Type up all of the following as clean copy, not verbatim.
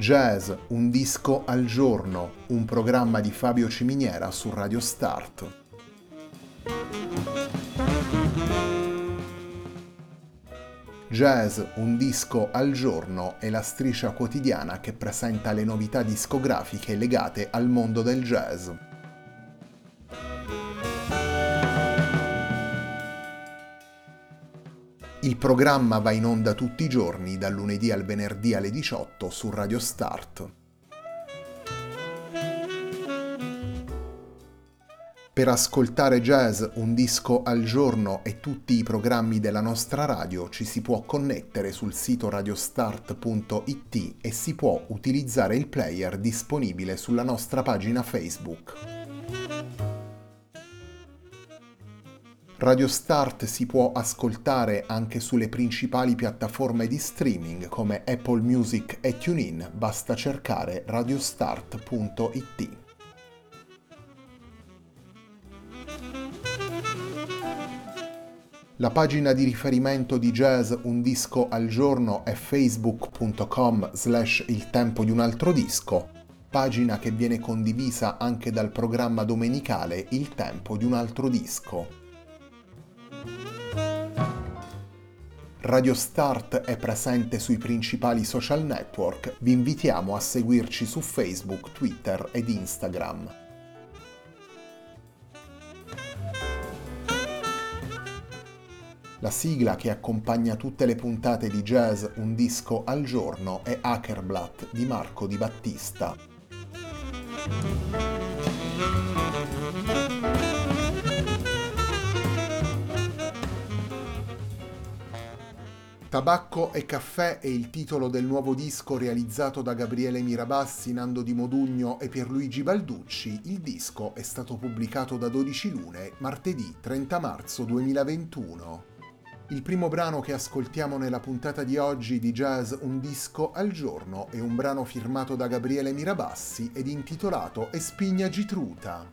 Jazz, un disco al giorno, un programma di Fabio Ciminiera su Radio Start. Jazz, un disco al giorno è la striscia quotidiana che presenta le novità discografiche legate al mondo del jazz. Il programma va in onda tutti i giorni, dal lunedì al venerdì alle 18 su Radio Start. Per ascoltare Jazz, un disco al giorno e tutti i programmi della nostra radio ci si può connettere sul sito radiostart.it e si può utilizzare il player disponibile sulla nostra pagina Facebook. Radio Start si può ascoltare anche sulle principali piattaforme di streaming come Apple Music e TuneIn, basta cercare radiostart.it. La pagina di riferimento di Jazz Un Disco al Giorno è facebook.com/il tempo di un altro disco, pagina che viene condivisa anche dal programma domenicale Il tempo di un altro disco. Radio Start è presente sui principali social network, vi invitiamo a seguirci su Facebook, Twitter ed Instagram. La sigla che accompagna tutte le puntate di Jazz Un Disco al Giorno è Hackerblatt di Marco Di Battista. Tabacco e caffè è il titolo del nuovo disco realizzato da Gabriele Mirabassi, Nando Di Modugno e Pierluigi Balducci. Il disco è stato pubblicato da 12 Lune, martedì 30 marzo 2021. Il primo brano che ascoltiamo nella puntata di oggi di Jazz Un Disco al Giorno è un brano firmato da Gabriele Mirabassi ed intitolato Espigna Gitruta.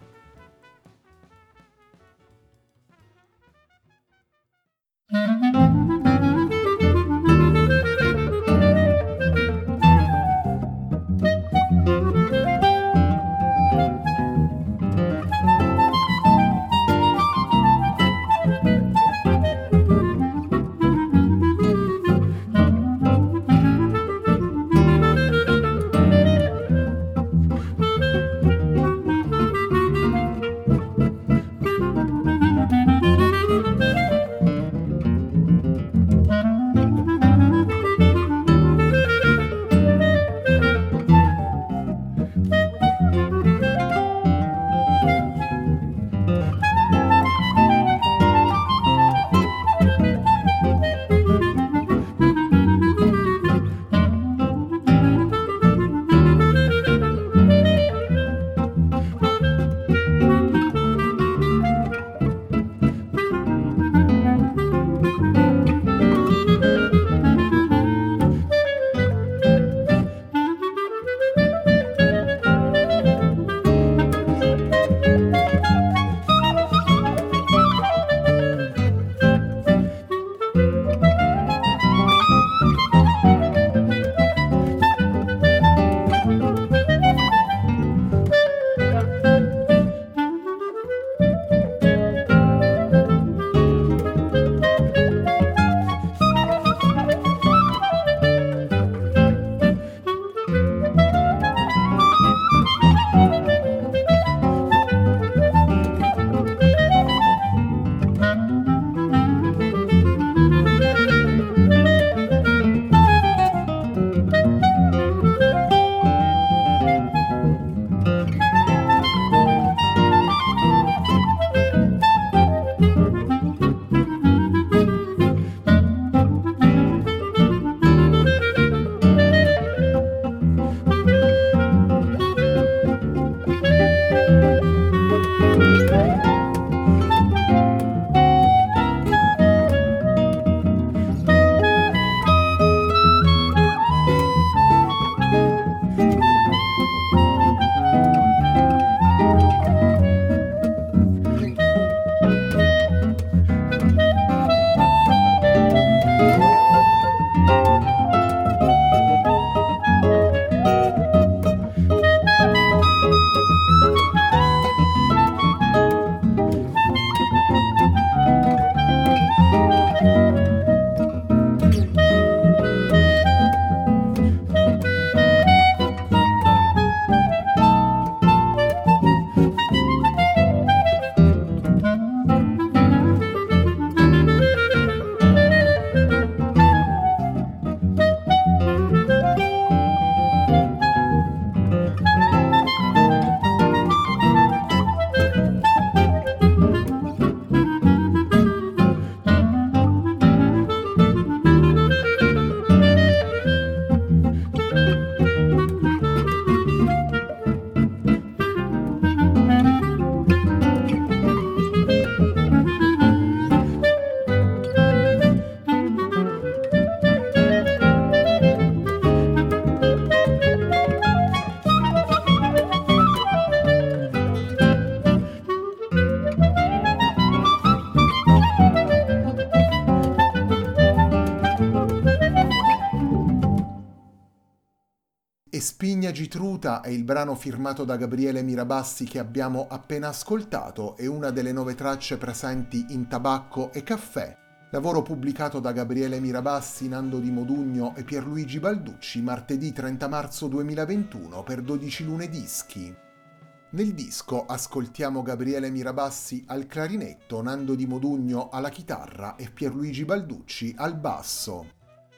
Spigna Gitruta è il brano firmato da Gabriele Mirabassi che abbiamo appena ascoltato e una delle 9 tracce presenti in Tabacco e Caffè, lavoro pubblicato da Gabriele Mirabassi, Nando Di Modugno e Pierluigi Balducci martedì 30 marzo 2021 per 12 Lune Dischi. Nel disco ascoltiamo Gabriele Mirabassi al clarinetto, Nando Di Modugno alla chitarra e Pierluigi Balducci al basso.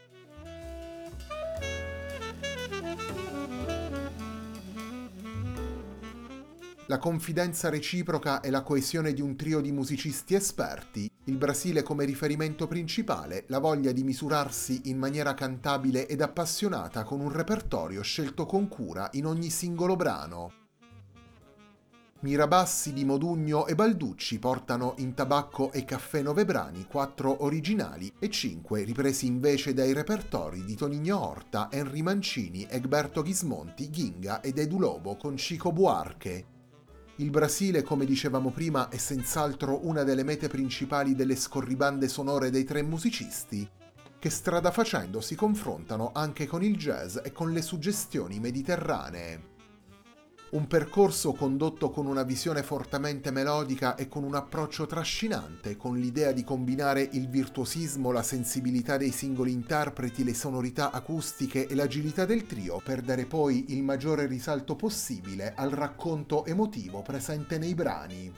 La confidenza reciproca e la coesione di un trio di musicisti esperti, il Brasile come riferimento principale, la voglia di misurarsi in maniera cantabile ed appassionata con un repertorio scelto con cura in ogni singolo brano. Mirabassi, Di Modugno e Balducci portano in Tabacco e Caffè 9 brani, 4 originali e 5 ripresi invece dai repertori di Toninho Horta, Henry Mancini, Egberto Gismonti, Ginga ed Edu Lobo con Chico Buarque. Il Brasile, come dicevamo prima, è senz'altro una delle mete principali delle scorribande sonore dei 3 musicisti, che strada facendo si confrontano anche con il jazz e con le suggestioni mediterranee. Un percorso condotto con una visione fortemente melodica e con un approccio trascinante, con l'idea di combinare il virtuosismo, la sensibilità dei singoli interpreti, le sonorità acustiche e l'agilità del trio per dare poi il maggiore risalto possibile al racconto emotivo presente nei brani.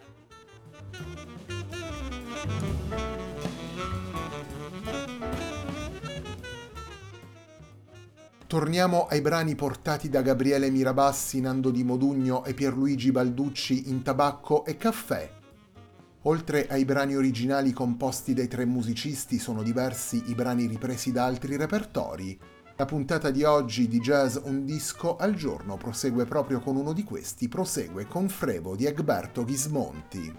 Torniamo ai brani portati da Gabriele Mirabassi, Nando Di Modugno e Pierluigi Balducci in Tabacco e Caffè. Oltre ai brani originali composti dai 3 musicisti, sono diversi i brani ripresi da altri repertori. La puntata di oggi di Jazz Un Disco al Giorno prosegue proprio con uno di questi, prosegue con Frevo di Egberto Gismonti.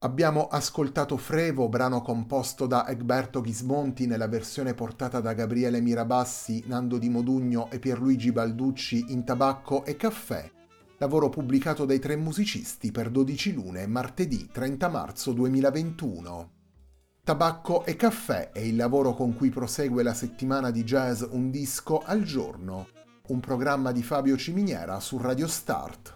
Abbiamo ascoltato Frevo, brano composto da Egberto Gismonti nella versione portata da Gabriele Mirabassi, Nando Di Modugno e Pierluigi Balducci in Tabacco e Caffè, lavoro pubblicato dai tre musicisti per 12 lune martedì 30 marzo 2021. Tabacco e Caffè è il lavoro con cui prosegue la settimana di jazz Un disco al giorno, un programma di Fabio Ciminiera su Radio Start.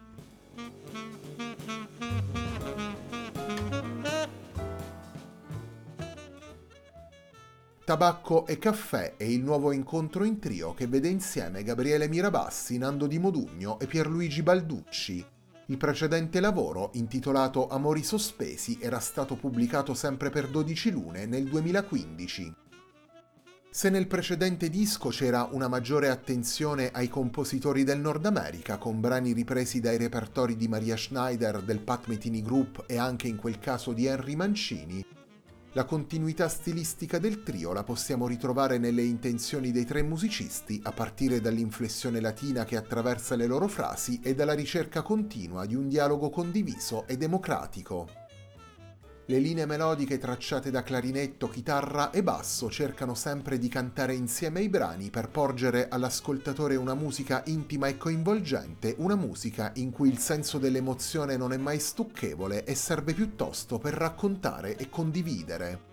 Tabacco e Caffè è il nuovo incontro in trio che vede insieme Gabriele Mirabassi, Nando Di Modugno e Pierluigi Balducci. Il precedente lavoro, intitolato Amori sospesi, era stato pubblicato sempre per 12 lune nel 2015. Se nel precedente disco c'era una maggiore attenzione ai compositori del Nord America, con brani ripresi dai repertori di Maria Schneider, del Pat Metheny Group e anche in quel caso di Henry Mancini, la continuità stilistica del trio la possiamo ritrovare nelle intenzioni dei tre musicisti, a partire dall'inflessione latina che attraversa le loro frasi e dalla ricerca continua di un dialogo condiviso e democratico. Le linee melodiche tracciate da clarinetto, chitarra e basso cercano sempre di cantare insieme ai brani per porgere all'ascoltatore una musica intima e coinvolgente, una musica in cui il senso dell'emozione non è mai stucchevole e serve piuttosto per raccontare e condividere.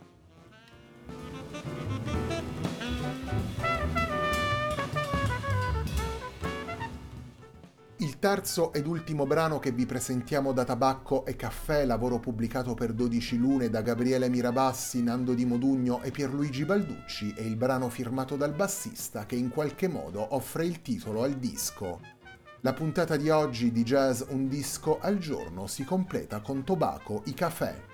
Il terzo ed ultimo brano che vi presentiamo da Tabacco e Caffè, lavoro pubblicato per 12 lune da Gabriele Mirabassi, Nando Di Modugno e Pierluigi Balducci, è il brano firmato dal bassista che in qualche modo offre il titolo al disco. La puntata di oggi di Jazz Un disco al giorno si completa con Tobacco e Caffè.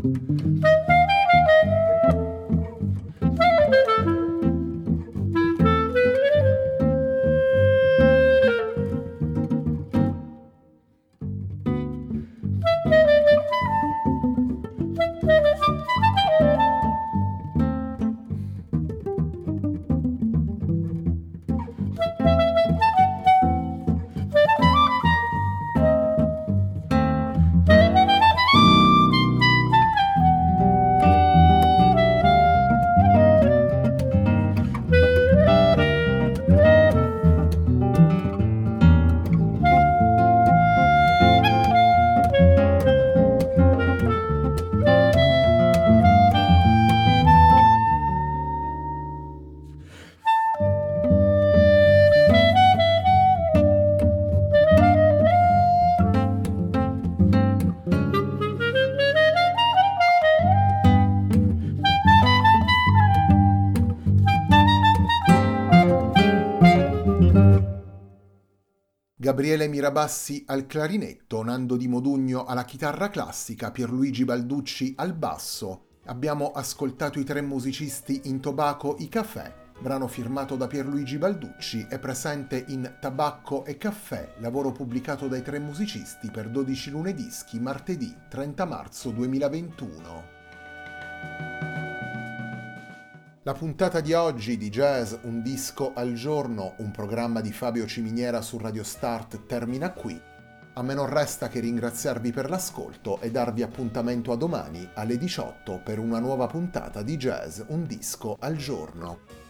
Gabriele Mirabassi al clarinetto, Nando Di Modugno alla chitarra classica, Pierluigi Balducci al basso. Abbiamo ascoltato i tre musicisti in Tobacco i Café, brano firmato da Pierluigi Balducci, è presente in Tabacco e Caffè, lavoro pubblicato dai tre musicisti per 12 lunedischi, martedì 30 marzo 2021. La puntata di oggi di Jazz Un disco al giorno, un programma di Fabio Ciminiera su Radio Start, termina qui. A me non resta che ringraziarvi per l'ascolto e darvi appuntamento a domani alle 18 per una nuova puntata di Jazz Un disco al giorno.